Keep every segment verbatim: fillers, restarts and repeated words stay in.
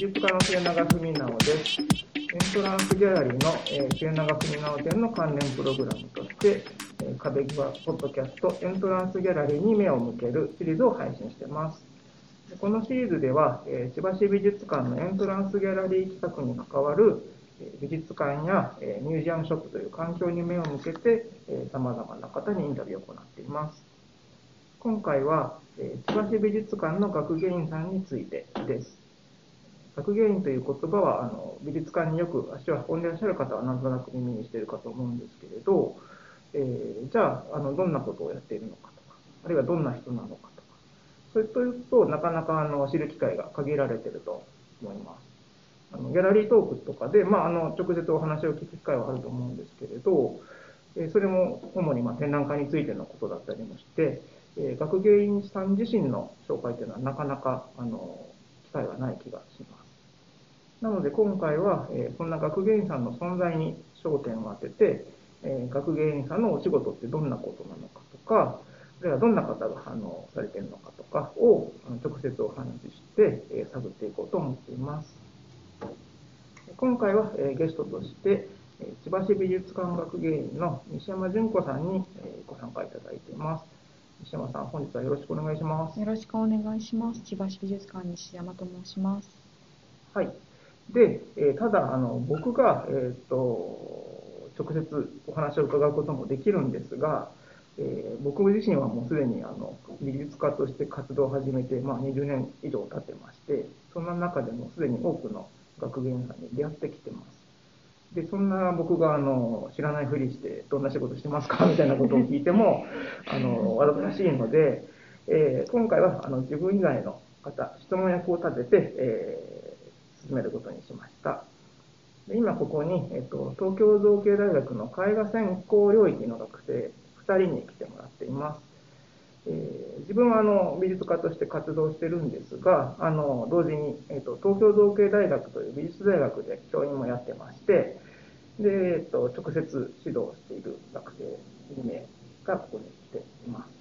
術家の末永文直です。エントランスギャラリーの、えー、末永文直展の関連プログラムとして、えー、壁際ポッドキャストエントランスギャラリーに目を向けるシリーズを配信しています。このシリーズでは、えー、千葉市美術館のエントランスギャラリー企画に関わる美術館やミュージアムショップという環境に目を向けて、さまざまな方にインタビューを行っています。今回は、千葉市美術館の学芸員さんについてです。学芸員という言葉はあの美術館によく足を運んでいらっしゃる方はなんとなく耳にしているかと思うんですけれど、えー、じゃあ、あのどんなことをやっているのかとか、あるいはどんな人なのかとか、それというとなかなかあの知る機会が限られていると思います。あのギャラリートークとかで、まあ、あの直接お話を聞く機会はあると思うんですけれど、えそれも主にまあ展覧会についてのことだったりもして、え学芸員さん自身の紹介というのはなかなかあの機会がない気がします。なので今回は、えそんな学芸員さんの存在に焦点を当てて、え学芸員さんのお仕事ってどんなことなのかとか、あるいはどんな方が反応されているのかとかを直接お話しして、え探っていこうと思っています。今回は、えー、ゲストとして、えー、千葉市美術館学芸員の西山純子さんに、えー、ご参加いただいています。西山さん、本日はよろしくお願いします。 よろしくお願いします。千葉市美術館西山と申します。 はい。で、えー、ただあの僕が、えー、と直接お話を伺うこともできるんですが、えー、僕自身はもうすでにあの美術家として活動を始めて、まあ、にじゅうねん以上経ってまして、そんな中でもすでに多くの学芸員さんに出会ってきてます。でそんな僕があの知らないふりしてどんな仕事してますかみたいなことを聞いてもあのわざとらしいので、えー、今回はあの自分以外の方質問役を立てて、えー、進めることにしました。で今ここに、えっと、東京造形大学の絵画専攻領域の学生ふたりに来てもらっています。えー、自分はあの美術家として活動してるんですが、あの同時に、えー、と東京造形大学という美術大学で教員もやってまして、で、えー、と直接指導している学生に名がここに来ています。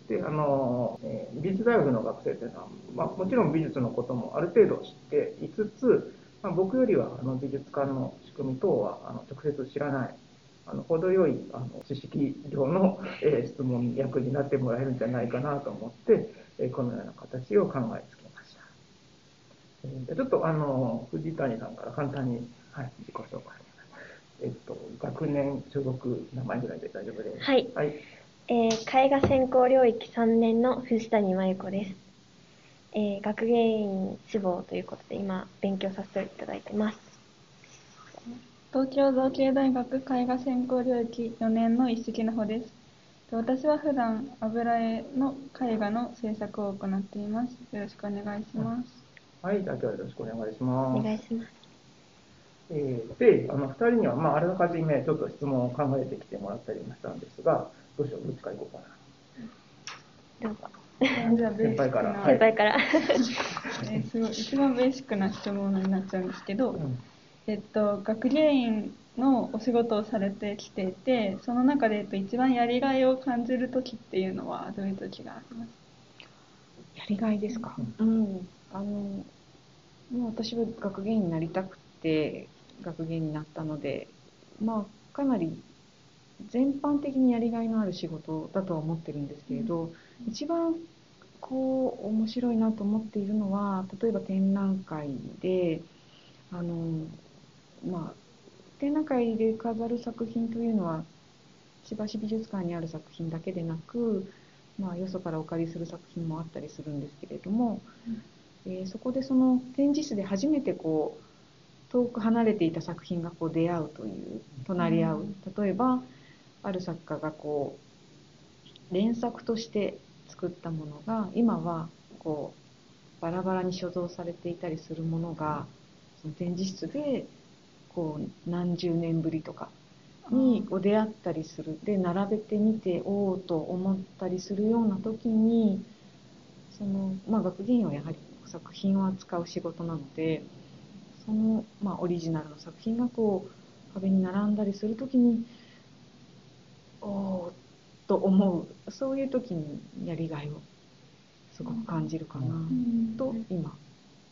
で、あの、えー、美術大学の学生というのは、まあ、もちろん美術のこともある程度知っていつつ、まあ、僕よりはあの美術館の仕組み等はあの直接知らない、あの程よいあの知識量の、えー、質問役になってもらえるんじゃないかなと思って、えー、このような形を考えつけました。えー、ちょっとあの藤谷さんから簡単に、はい、自己紹介。えっと、学年、所属、名前ぐらいで大丈夫です。 はい。はい、えー、絵画専攻領域さんねんの藤谷真由子です。えー、学芸員志望ということで、今、勉強させていただいてます。 東京造形大学絵画専攻領域よねんの一色の穂です。私は普段油絵の絵画の制作を行っています。よろしくお願いします。 はい、じゃあ今日はよろしくお願いします。 お願いします。 えー、で、あのふたりには、まあ、あらかじめちょっと質問を考えてきてもらったりもしたんですが、どうしよう、どっちからいこうかな。 どうぞ。 じゃあ先輩から。 先輩から。 えー、すごい一番ベーシックな質問になっちゃうんですけど、うん、えっと学芸員のお仕事をされてきていて、その中で、えっと、一番やりがいを感じる時っていうのはどういう時がありますか？ やりがいですか？うん、あのもう私は学芸員になりたくて学芸員になったので、まあかなり全般的にやりがいのある仕事だとは思ってるんですけれど、うん、一番こう面白いなと思っているのは、例えば展覧会であのまあ展覧会で飾る作品というのは千葉市美術館にある作品だけでなく、まあ、よそからお借りする作品もあったりするんですけれども、うん、えー、そこでその展示室で初めてこう遠く離れていた作品がこう出会うという隣り合う、例えばある作家がこう連作として作ったものが今はこうバラバラに所蔵されていたりするものがその展示室でこう何十年ぶりとかにこう出会ったりする、で並べてみておおと思ったりするような時に、その、まあ、学芸員はやはり作品を扱う仕事なので、その、まあ、オリジナルの作品がこう壁に並んだりする時におおと思う、そういう時にやりがいをすごく感じるかなと今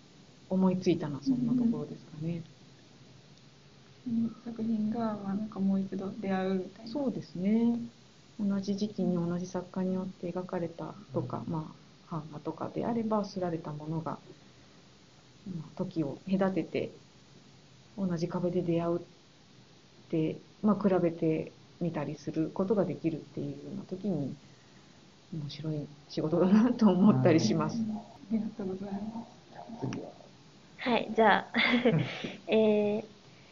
思いついたのはそんなところですかね。 うん、作品が、まあ、なんかもう一度出会うみたいな。 そうですね。同じ時期に同じ作家によって描かれたとか、まあ、版画とかであれば刷られたものが、まあ、時を隔てて同じ壁で出会うって、まあ、比べてみたりすることができるっていうような時に面白い仕事だなと思ったりします。 ありがとうございます。 次は。 はい、じゃあ、えー、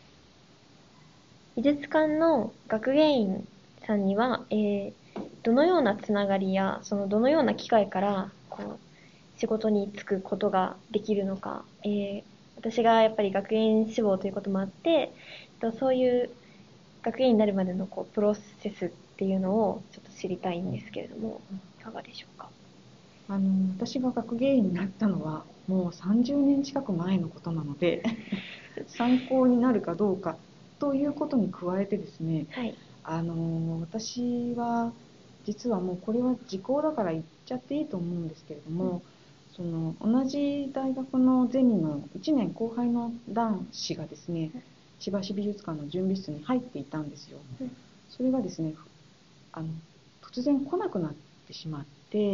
美術館の学芸員さんには、えー、どのようなつながりや、そのどのような機会からこう仕事に就くことができるのか、えー、私がやっぱり学芸員志望ということもあって、そういう学芸員になるまでのこうプロセスっていうのをちょっと知りたいんですけれども、いかがでしょうか。 あの私が学芸員になったのはもうさんじゅうねん近く前のことなので参考になるかどうかということに加えてですね、 はい、 あの私は実はもうこれは時効だから言っちゃっていいと思うんですけれども、その同じ大学のゼミのいちねん後輩の男子がですね、千葉市美術館の準備室に入っていたんですよ。それがですね、あの突然来なくなってしまって、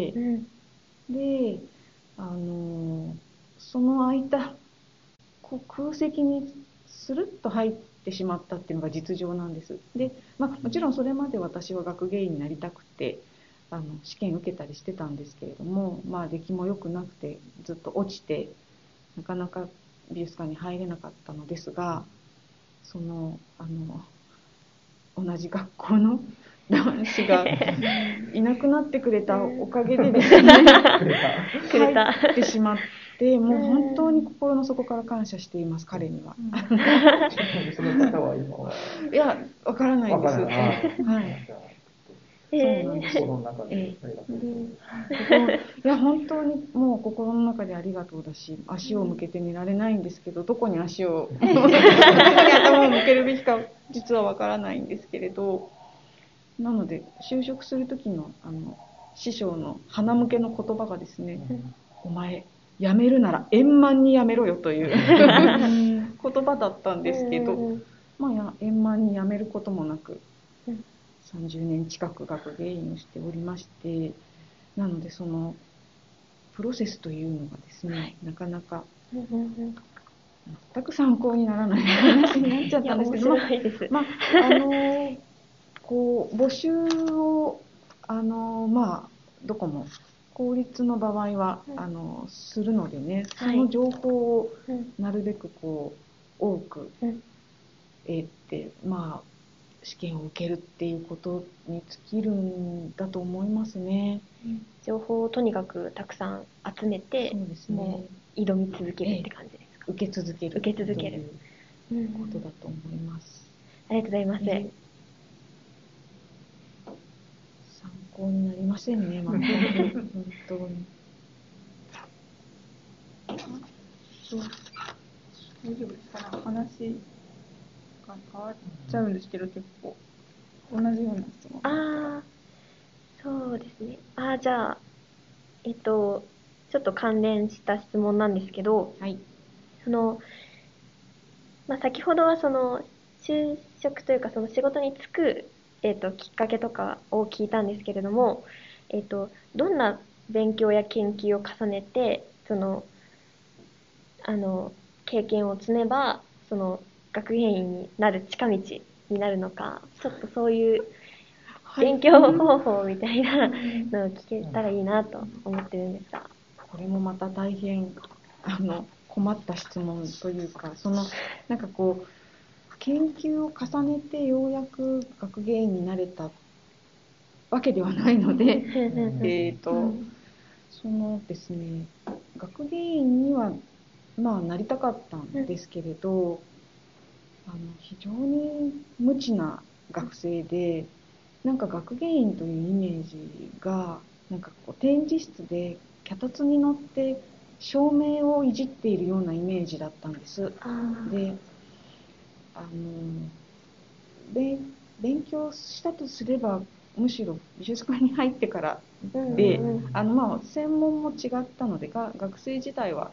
うん、 で、あのその空いたこう空席にスルッと入ってしまったっていうのが実情なんです。で、まあ、もちろんそれまで私は学芸員になりたくてあの試験受けたりしてたんですけれども、まあ、出来も良くなくてずっと落ちてなかなか美術館に入れなかったのですが、そのあの同じ学校の男子がいなくなってくれたおかげでですねくれた入ってしまって、もう本当に心の底から感謝しています、彼には。 その方は今は。 いや、わからないです。 わからない。 はい。 えそうなんです。 心の中でありがとうございます。 いや、本当にもう心の中でありがとうだし、足を向けて寝られないんですけど、どこに足を、どこに頭を向けるべきか実はわからないんですけれど、なので就職する時のあの師匠の鼻向けの言葉がですね、お前辞めるなら円満に辞めろよという言葉だったんですけど、まあや円満に辞めることもなくさんじゅうねん近く学芸員をしておりまして、なのでそのプロセスというのがですね、なかなか全く参考にならない話になっちゃったんですけど、まああのこう募集をあのまあどこも公立の場合は、うん、あのするのでね、その情報をなるべくこう多く得て、まあ試験を受けるっていうことに尽きるんだと思いますね。 うん、情報をとにかくたくさん集めて、そうですね、もう挑み続けるって感じですか。 ええ、受け続ける。 受け続ける。 ということだと思います。 うん、ありがとうございます。えー参考になりませんね、まあ、本当に。 大丈夫ですかね、話が変わっちゃうんですけど、結構同じような質問。 ああ、そうですね。ああ、じゃあ、えっと、ちょっと関連した質問なんですけど、 はい。 その、まあ、先ほどはその、就職というか、その仕事に就く、えっと、きっかけとかを聞いたんですけれども、えっと、どんな勉強や研究を重ねて、その、あの、経験を積めば、その、学芸員になる近道になるのか、ちょっとそういう勉強方法みたいなのを聞けたらいいなと思ってるんですが。 これもまた大変、あの、困った質問というか、その、なんかこう、研究を重ねてようやく学芸員になれたわけではないので、えっと、そのですね、学芸員には、まあ、なりたかったんですけれど、あの非常に無知な学生で、なんか学芸員というイメージが、なんかこう展示室で脚立に乗って照明をいじっているようなイメージだったんです。で、あので勉強したとすればむしろ美術館に入ってからで、あのまあ専門も違ったのでが学生自体は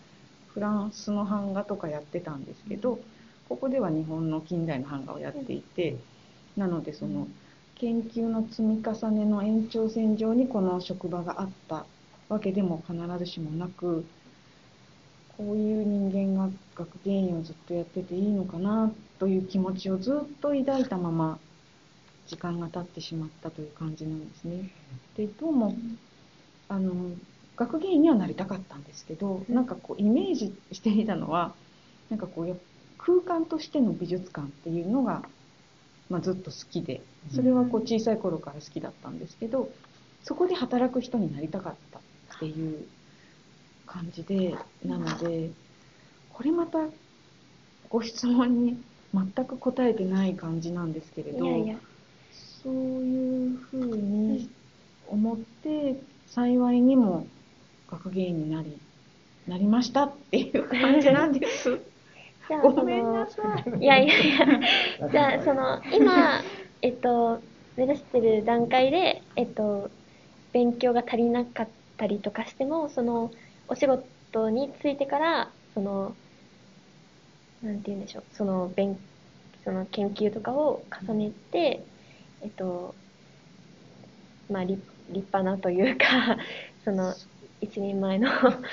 フランスの版画とかやってたんですけど、ここでは日本の近代の版画をやっていて、なのでその研究の積み重ねの延長線上にこの職場があったわけでも必ずしもなく、こういう人間が学芸員をずっとやってていいのかなという気持ちをずっと抱いたまま時間が経ってしまったという感じなんですね。でどうもあの学芸員にはなりたかったんですけど、なんかこうイメージしていたのはなんかこう空間としての美術館っていうのが、まあ、ずっと好きで、それはこう小さい頃から好きだったんですけど、そこで働く人になりたかったっていう感じで、なのでこれまたご質問に全く答えてない感じなんですけれど、 いやいや、 そういうふうに思って幸いにも学芸員になりなりましたっていう感じなんです。 じゃあごめんなさい。 いやいやいや、じゃあその今、えっと、目指してる段階で、えっと、勉強が足りなかったりとかしても、そのお仕事についてから、その、なんて言うんでしょう、その勉、その研究とかを重ねて、えっと、まあ立、立派なというか、その、一人前の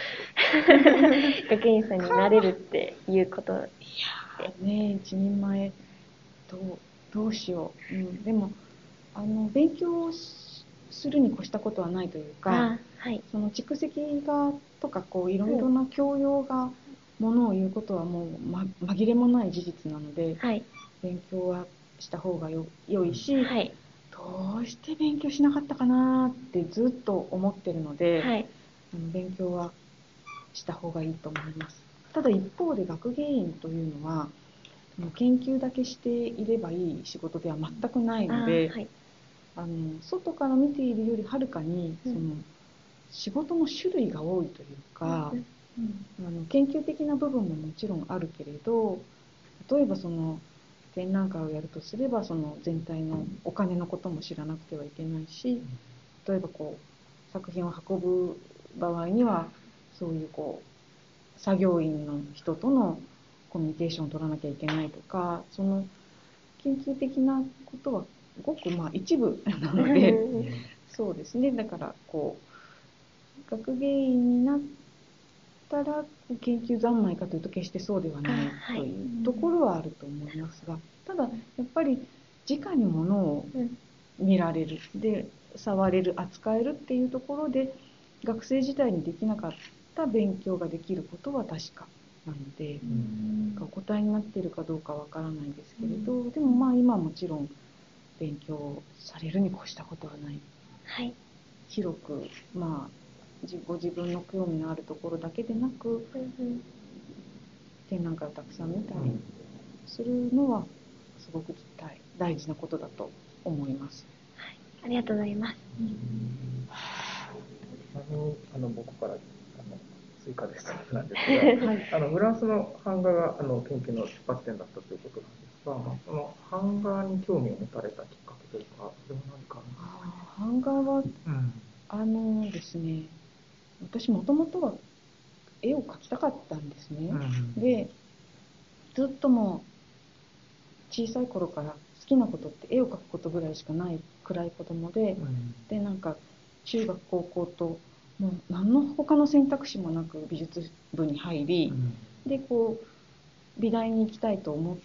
学芸員さんになれるっていうことで。 いやね、一人前どうどうしよう、うん、でもあの勉強するに越したことはないというか、 はい、 その蓄積がとかこういろいろな教養がものを言うことはもう、ま、紛れもない事実なので、 はい、 勉強はした方がよ良いし、 はい、 どうして勉強しなかったかなってずっと思ってるので、 はい、 あの勉強はした方がいいと思います。ただ一方で学芸員というのは研究だけしていればいい仕事では全くないので、 はい、 あの外から見ているよりはるかに、 うん、 その仕事の種類が多いというか、 うんうん、あの研究的な部分ももちろんあるけれど、例えばその展覧会をやるとすればその全体のお金のことも知らなくてはいけないし、例えばこう作品を運ぶ場合にはそういうこう作業員の人とのコミュニケーションを取らなきゃいけないとか、その研究的なことはごくまあ一部なのでそうですね、だからこう学芸員になったら研究三昧かというと決してそうではないというところはあると思いますが、ただやっぱり直にものを見られる、で触れる、扱えるっていうところで学生時代にできなかった勉強ができることは確かなので、お答えになっているかどうかわからないですけれど、でもまあ今はもちろん勉強されるに越したことはない、 はい、 広くまあご自分の興味のあるところだけでなく、 うんうん、 展覧会をたくさん見たりするのはすごく大事なことだと思います。 はい、ありがとうございます。 ちなみにあの僕からあの追加で質問なんですが、はい、あのフランスの版画があの研究の出発点だったということなんですが、まあ、その版画に興味を持たれたきっかけというか、それは何かあるんですか？ 版画は、 うん、 あのですね、私もともとは絵を描きたかったんですね、うん、でずっともう小さい頃から好きなことって絵を描くことぐらいしかないくらい子供で、うん、でなんか中学高校ともう何の他の選択肢もなく美術部に入り、うん、でこう美大に行きたいと思って、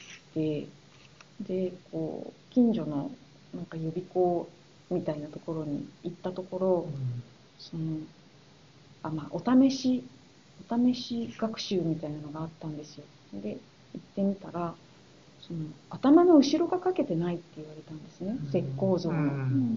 でこう近所のなんか予備校みたいなところに行ったところ、うん、そのあ、まあ、お試しお試し学習みたいなのがあったんですよ。で行ってみたらその頭の後ろが描けてないって言われたんですね、石膏像の、うん、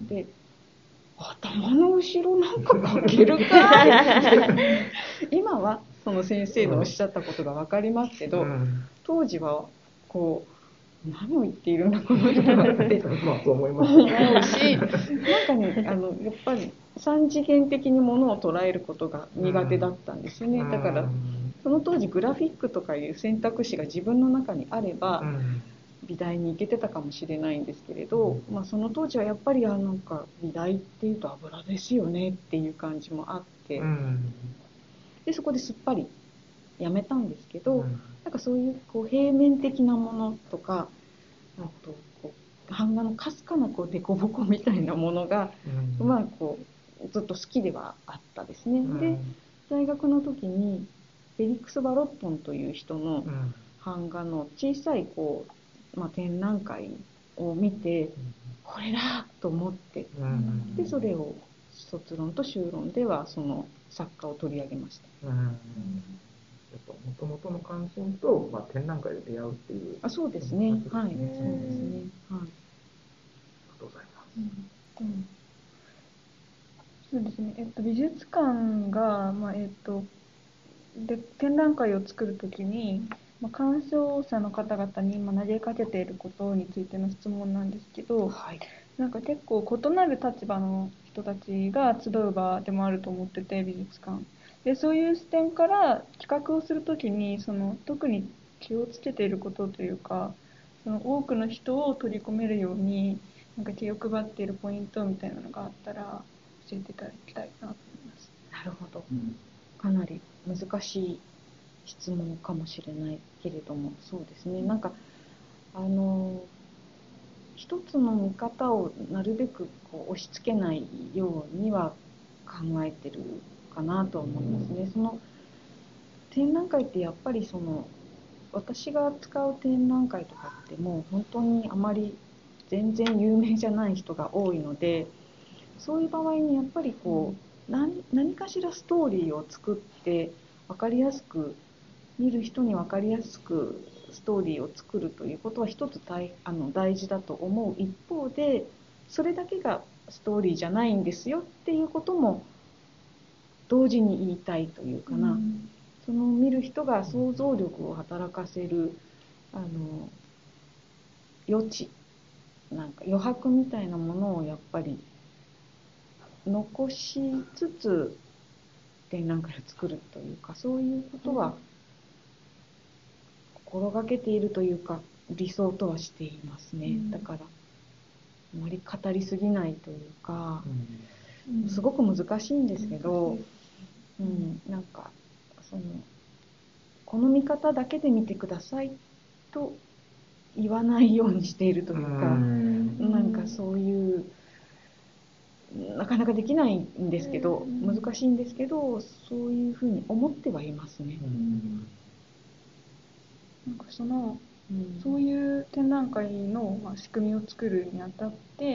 で頭の後ろなんか描けるかって今はその先生のおっしゃったことが分かりますけど、うん、当時はこう何を言っているんだこの人はってまあそう思います思うし、なんかねあのやっぱり三次元的にものを捉えることが苦手だったんですよね、うん、だからその当時グラフィックとかいう選択肢が自分の中にあれば、うん美大に行けてたかもしれないんですけれど、まあ、その当時はやっぱりあなんか美大っていうと油ですよねっていう感じもあって、うん、でそこですっぱりやめたんですけど、 うん、 なんかそういうこう平面的なものとか、あとこう版画のかすかなこう凸凹みたいなものが、 うん、 まあこうずっと好きではあったですね。 うん、 で、大学の時にフェリックス・バロットンという人のうん、 版画の小さいこう、まあ、展覧会を見て、これだと思って、 うん、 でそれを卒論と修論ではその作家を取り上げました。 うん、やっぱ元々の関心と、まあ、展覧会で出会うっていう。 あ、そうですね。はい、そうですね。はい。 ありがとうございます。 うんうんそうですね、えっと、美術館が、まあえっと、で展覧会を作るときに、まあ、鑑賞者の方々に今投げかけていることについての質問なんですけど、 はい。 なんか結構異なる立場の人たちが集う場でもあると思ってて、美術館でそういう視点から企画をするときにその特に気をつけていることというか、その多くの人を取り込めるようになんか気を配っているポイントみたいなのがあったら教えていただきたいなと思います。 なるほど。かなり難しい質問かもしれないけれども、そうですね。なんかあの一つの見方をなるべくこう押し付けないようには考えてるかなと思いますね。その展覧会ってやっぱりその私が使う展覧会とかってもう本当にあまり全然有名じゃない人が多いので、そういう場合にやっぱりこう何、何かしらストーリーを作って分かりやすく見る人に分かりやすくストーリーを作るということは一つ大あの大事だと思う一方で、それだけがストーリーじゃないんですよっていうことも同時に言いたいというかな、うん、その見る人が想像力を働かせるあの余地なんか余白みたいなものをやっぱり残しつつ展覧会を作るというか、そういうことは心がけているというか理想とはしていますね、うん、だからあまり語りすぎないというか、うん、すごく難しいんですけど、うん、なんかそのこの見方だけで見てくださいと言わないようにしているというか、うん、なんかそういうなかなかできないんですけど、難しいんですけど、そういうふうに思ってはいますね。うん、 なんかその、うん、そういう展覧会の、まあ、仕組みを作るにあたって、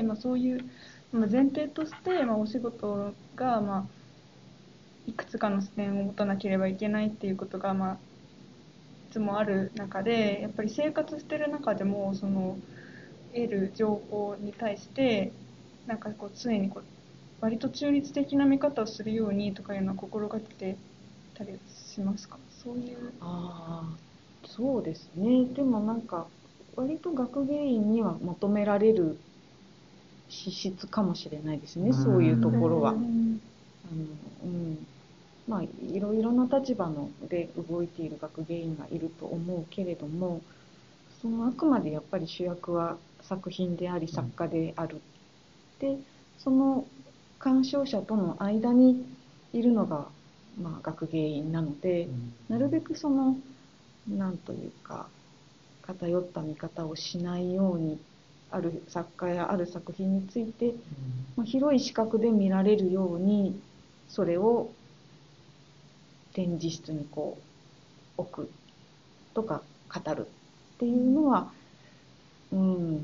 まあ、そういう、まあ、前提として、まあ、お仕事が、まあ、いくつかの視点を持たなければいけないっていうことが、まあ、いつもある中で、やっぱり生活してる中でもその得る情報に対してなんかこう常にこう割と中立的な見方をするようにとかいうのは心がけてたりしますか？そういう。 ああ、そうですね。でもなんか割と学芸員には求められる資質かもしれないですね。そういうところは。あの、うん、まあいろいろな立場ので動いている学芸員がいると思うけれども、そのあくまでやっぱり主役は作品であり作家である。で、その鑑賞者との間にいるのが、まあ、学芸員なので、なるべくそのなんというか偏った見方をしないように、ある作家やある作品について、まあ、広い視覚で見られるようにそれを展示室にこう置くとか語るっていうのは、うん、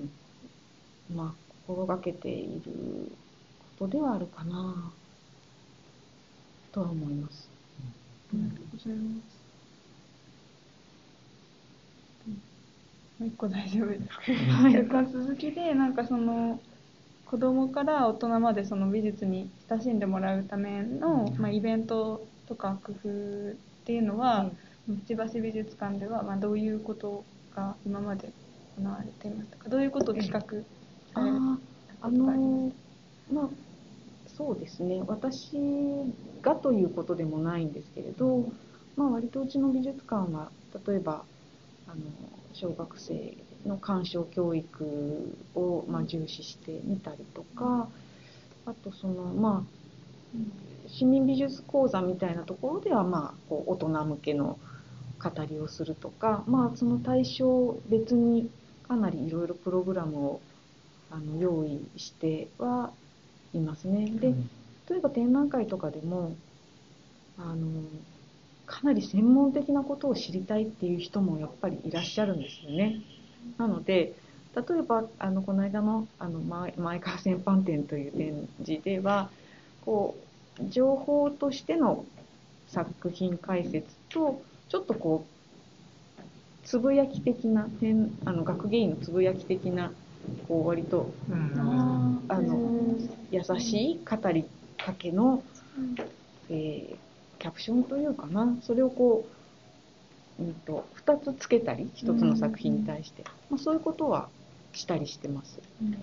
まあ心がけていることではあるかなとは思います。 ありがとうございます。もう一個大丈夫ですか？はい。続きでなんかその子供から大人までその美術に親しんでもらうための、まあ、イベントとか工夫っていうのは、うん、千葉市美術館ではまあどういうことが今まで行われていましたか？どういうことを企画されたことがありましたか？あのまあそうですね、私がということでもないんですけれど、まあ、割とうちの美術館は例えばあの小学生の鑑賞教育を、まあ、重視してみたりとか、あとそのまあ市民美術講座みたいなところでは、まあ、こう大人向けの語りをするとか、まあ、その対象別にかなりいろいろプログラムをあの用意してはいますね。で、例えば展覧会とかでもあのかなり専門的なことを知りたいっていう人もやっぱりいらっしゃるんですよね。なので例えばあのこの間のあの前前川戦犯展という展示ではこう情報としての作品解説とちょっとこうつぶやき的な点あの学芸員のつぶやき的なこう割と、うん、あの優しい語りかけの、えー、キャプションというかなそれをこう、うん、とふたつつけたりひとつの作品に対して、まあ、そういうことはしたりしてます。うん、あ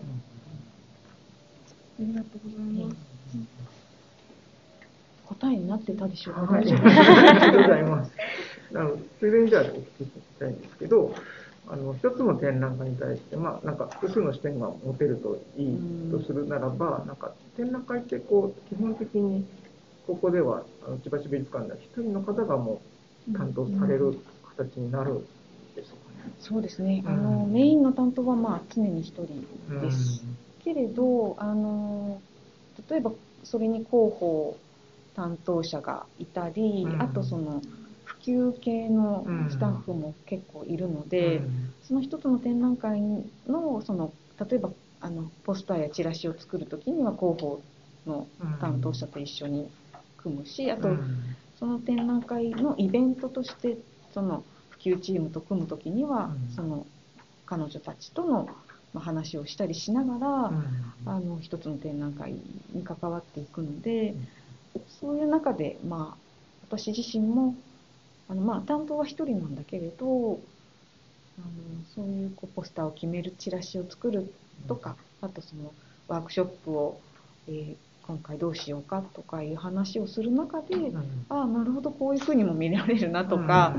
りがとうございます。うん、 答えになってたでしょうか。 はい、ありがとうございます。あのついでにじゃあお聞きしたいんですけど、あの一つの展覧会に対して、まあ、なんか複数の視点が持てるといいとするならば、なんか展覧会ってこう基本的にここではあの千葉市美術館では一人の方がもう担当される形になるでしょうかね。 そうですね。あの、うん、メインの担当はまあ常に一人です、うん、けれど、あの例えばそれに広報担当者がいたり、うん、あとその普及系のスタッフも結構いるので、うん、その一つの展覧会のその例えばあのポスターやチラシを作るときには広報の担当者と一緒に組むし、あとその展覧会のイベントとしてその普及チームと組むときには、うん、その彼女たちとの話をしたりしながら、うん、あの一つの展覧会に関わっていくので、うん、そういう中で、まあ、私自身もあの、まあ、担当は一人なんだけれど、あのそういう、こうポスターを決めるチラシを作るとか、あとそのワークショップを、えー、今回どうしようかとかいう話をする中で、うん、ああなるほどこういうふうにも見られるなとか、うん、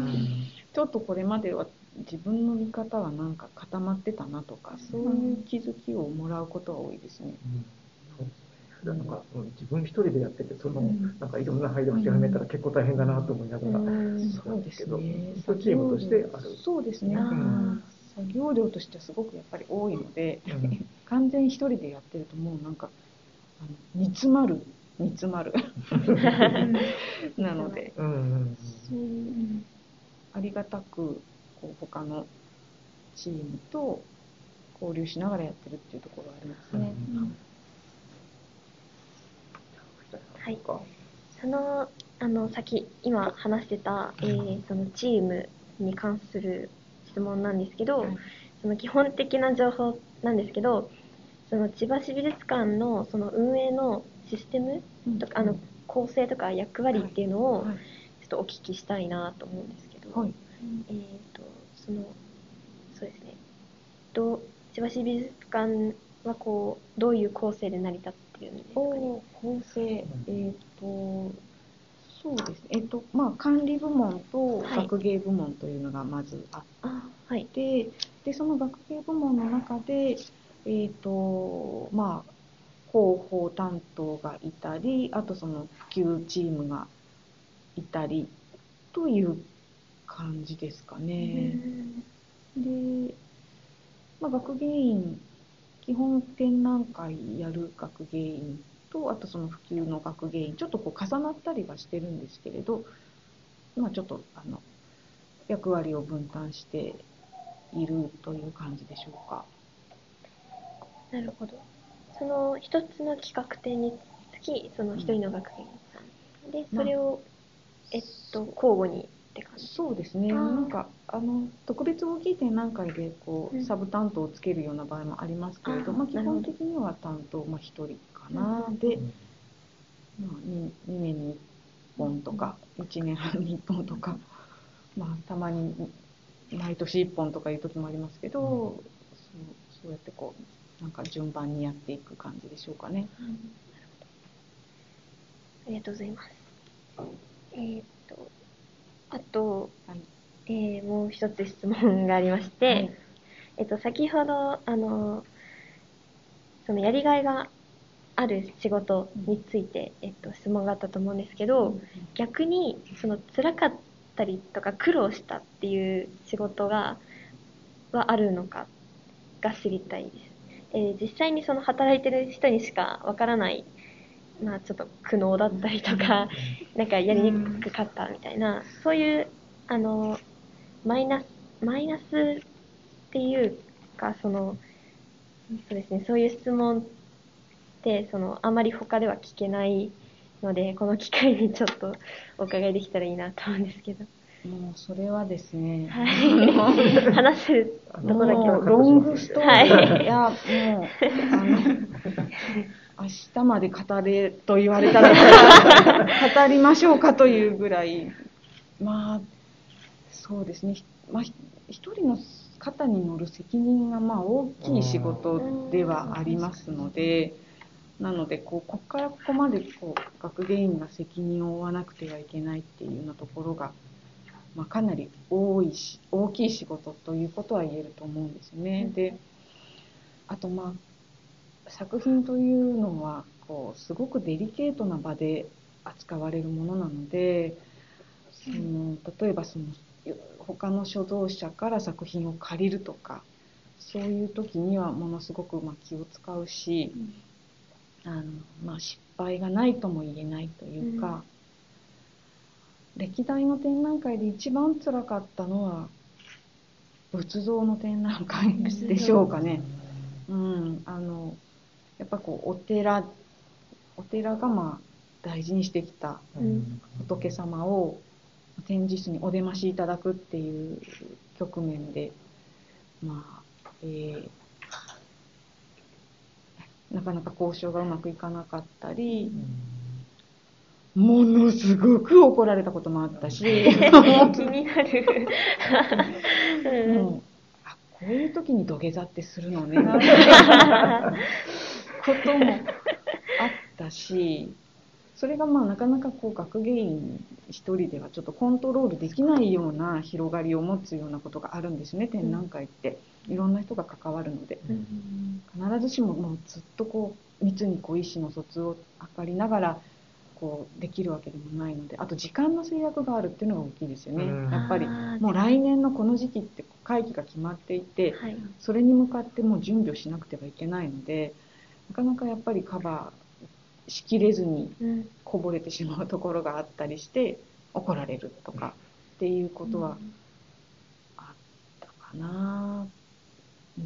ちょっとこれまでは自分の見方はなんか固まってたなとか、そういう気づきをもらうことが多いですね。 うん、なんか自分一人でやっててその、うん、なんかいろんな配慮をし始めたら結構大変だなと思いながら、うん、 そうですね。 チームとしてある。 そうですね。うん、作業量としてはすごくやっぱり多いので、うん、完全に一人でやってるともうなんかあの煮詰まる煮詰まるなので、うんうん、そういうありがたくこう他のチームと交流しながらやってるっていうところはありますね。うんうん、 はい。そのあの先今話してた、えー、そのチームに関する質問なんですけど、はい、その基本的な情報なんですけど、その千葉市美術館のその運営のシステムとか、うん、あの構成とか役割っていうのをちょっとお聞きしたいなと思うんですけど、はい、えーとそのそうですね。ど千葉市美術館はこうどういう構成で成り立っているんですかね。 構成、えーとそうですね。えっとまあ管理部門と学芸部門というのがまずあって、はい、で, でその学芸部門の中でえっとまあ広報担当がいたり、あとその普及チームがいたりという感じですかね。で、まあ、学芸員基本展覧会やる学芸員と、あとその普及の学芸員ちょっとこう重なったりはしてるんですけれど、まあ、ちょっとあの役割を分担しているという感じでしょうか。 なるほど。その一つの企画展につきその一人の学芸員さん、うん、でそれを、まあ、えっと交互にって感じ。 そうですね。なんかあの特別大きい展覧会でこう、うん、サブ担当をつけるような場合もありますけれど、まあ、基本的には担当まあひとりかな、うん、で、まあ、に, にねんにいっぽんとか、うん、いちねんはんにいっぽんとか、まあ、たまに毎年いっぽんとかいう時もありますけど、うん、そう, そうやってこうなんか順番にやっていく感じでしょうかね。うん、 ありがとうございます。えー、っとあと、はい、えー、もう一つ質問がありまして、はい、えっと先ほどあのそのやりがいがある仕事について、うん、えっと質問があったと思うんですけど、うん、逆にその辛かっったりとか苦労したっていう仕事がはあるのかが知りたいです。えー、実際にその働いてる人にしかわからない、まあ、ちょっと苦悩だったりとか、なんかやりにくかったみたいな、そういうあのマイナスマイナスっていうか、そのそうですね、そういう質問ってそのあまり他では聞けないので、この機会にちょっとお伺いできたらいいなと思うんですけど。 もうそれはですね、 はい、話せるとこだけもうロングストーリー、はい、いやもうあの明日まで語れと言われたら語りましょうかというぐらい、まあそうですね、まあ、一人の肩に乗る責任がまあ大きい仕事ではありますので、なのでこうここからここまでこう学芸員が責任を負わなくてはいけないっていうようなところが、まあ、かなり多いし大きい仕事ということは言えると思うんですね。で、あとまあ作品というのはこうすごくデリケートな場で扱われるものなので、その例えばその他の所蔵者から作品を借りるとか、そういう時にはものすごくまあ気を使うし、あのまあ、失敗がないとも言えないというか、うん、歴代の展覧会で一番辛かったのは仏像の展覧会でしょうかね。うん、あのやっぱこうお寺お寺がまあ大事にしてきた仏様を展示室にお出ましいただくっていう局面で、まあえーなかなか交渉がうまくいかなかったり、ものすごく怒られたこともあったし、気になるもうあこういう時に土下座ってするのねこともあったし、それがまあなかなかこう学芸員一人ではちょっとコントロールできないような広がりを持つようなことがあるんですね。展覧会っていろんな人が関わるので、必ずしももうずっとこう密にこう意思の疎通を図りながらこうできるわけでもないので、あと時間の制約があるっていうのが大きいですよね。やっぱりもう来年のこの時期って会期が決まっていて、それに向かってもう準備をしなくてはいけないので、なかなかやっぱりカバーしきれずにこぼれてしまうところがあったりして怒られるとかっていうことはあったかな。うん、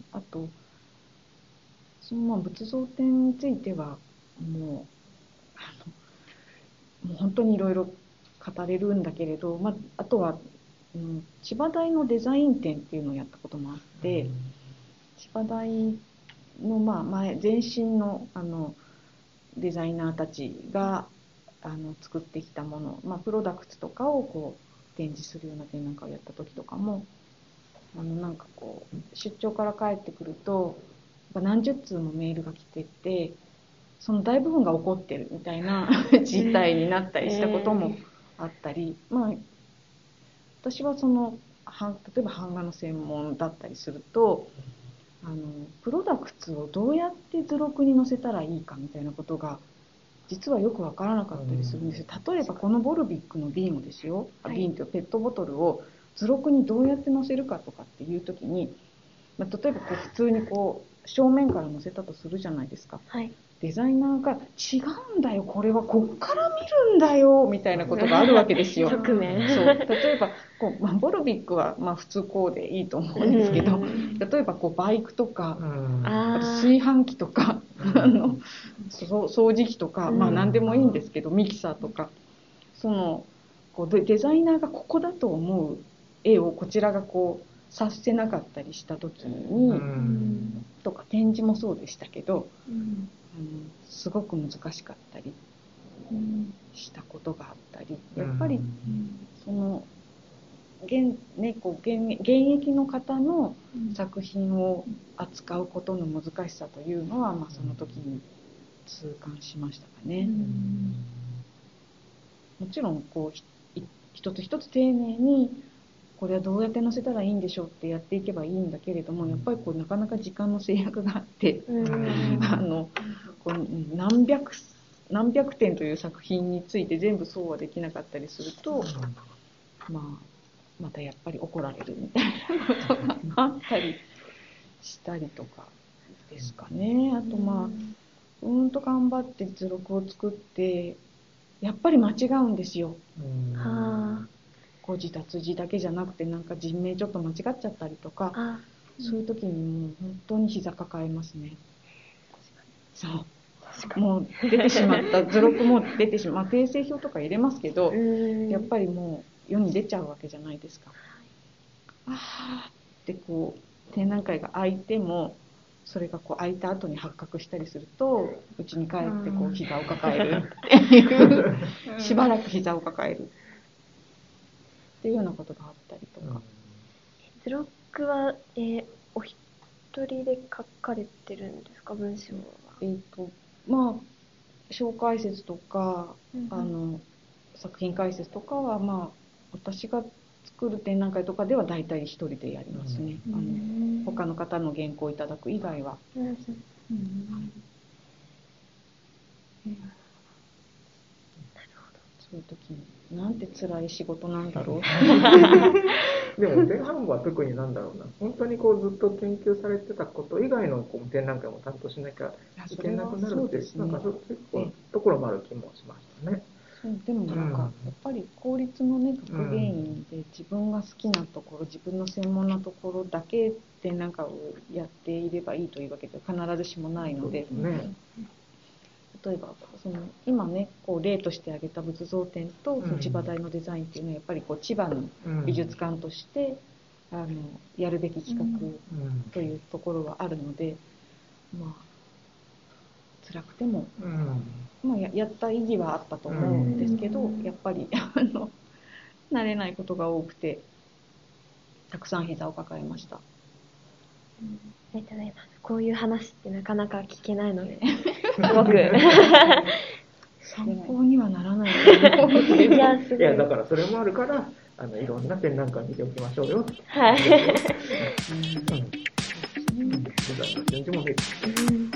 あとそのまあ仏像展についてはもうあのもう本当にいろいろ語れるんだけれど、まあ、あとは、うん、千葉大のデザイン展っていうのをやったこともあって、千葉大のまあ前前身のあのデザイナーたちがあの作ってきたもの、まあ、プロダクツとかをこう展示するような展覧会をやった時とかも、あのなんかこう出張から帰ってくると何十通もメールが来てて、その大部分が起こってるみたいな事態になったりしたこともあったり、まあ私はその例えば版画の専門だったりすると、あのプロダクツをどうやって図録に載せたらいいかみたいなことが実はよくわからなかったりするんですよ。例えばこのボルビックの瓶をですよ、はい、瓶というペットボトルを図録にどうやって載せるかとかっていう時に、まあ、例えばこう普通にこう正面から載せたとするじゃないですか、 はい、 デザイナーが違うんだよ、これはこっから見るんだよみたいなことがあるわけですよ。 側面そう例えばこう、まあ、ボルビックはまあ普通こうでいいと思うんですけど、例えばこうバイクとか、あと炊飯器とかあの掃除機とか、まあ、何でもいいんですけど、ミキサーとか、そのこうデザイナーがここだと思う絵をこちらがこう察せなかったりした時に、とか展示もそうでしたけど、あのすごく難しかったりしたことがあったり、やっぱりその現、ね、こう 現, 現役の方の作品を扱うことの難しさというのは、まあ、その時に痛感しましたかね。もちろんこう一つ一つ丁寧にこれはどうやって載せたらいいんでしょうってやっていけばいいんだけれども、やっぱりこうなかなか時間の制約があって、あのこう何百何百点という作品について全部そうはできなかったりすると、 まあ、またやっぱり怒られるみたいなことがあったりしたりとかですかね。あとまあ、うんと頑張って図録を作って、やっぱり間違うんですよ。 はあ。 誤字脱字だけじゃなくて、なんか人名ちょっと間違っちゃったりとか、 あ、 そういう時にもう本当に膝抱えますね。そう。もう出てしまった、図録も出てしまう、訂正表とか入れますけど、やっぱりもう世に出ちゃうわけじゃないですか。あーってこう、展覧会が開いても、それがこう開いた後に発覚したりすると、うちに帰ってこう膝を抱えるっていう、しばらく膝を抱えるっていうようなことがあったりとか。 図録は、えー、お一人で書かれてるんですか、文章は。 えーとまあ、小解説とか、 うんうん、 あの作品解説とかは、まあ、私が作る展覧会とかでは大体一人でやりますね。 うん、 あの他の方の原稿をいただく以外は。 うんうん、 そういう時になんて辛い仕事なんだろうでも前半部は特になんだろうな、本当にこうずっと研究されてたこと以外のこう展覧会も担当しなきゃいけなくなるっていう、なんかそういうところもある気もしましたね。 そうでもなんか、やっぱり公立のね学芸員で自分が好きなところ、自分の専門なところだけ展覧会をやっていればいいというわけでは必ずしもないので、 ね、 例えばその今ねこう例として挙げた仏像展とその千葉大のデザインっていうのはやっぱりこう千葉の美術館として、うん、あのやるべき企画というところはあるので、まあ辛くても、うん、まあ、や, やった意義はあったと思うんですけど、うん、やっぱりあの慣れないことが多くてたくさん膝を抱えました。 うん、ありがとうございます。こういう話ってなかなか聞けないのですごく参考にはならないと思うけどいや、すごい。 いやだからそれもあるからあのいろんな展覧会見ておきましょうよ。 はい。 うん。うん。うん。うん。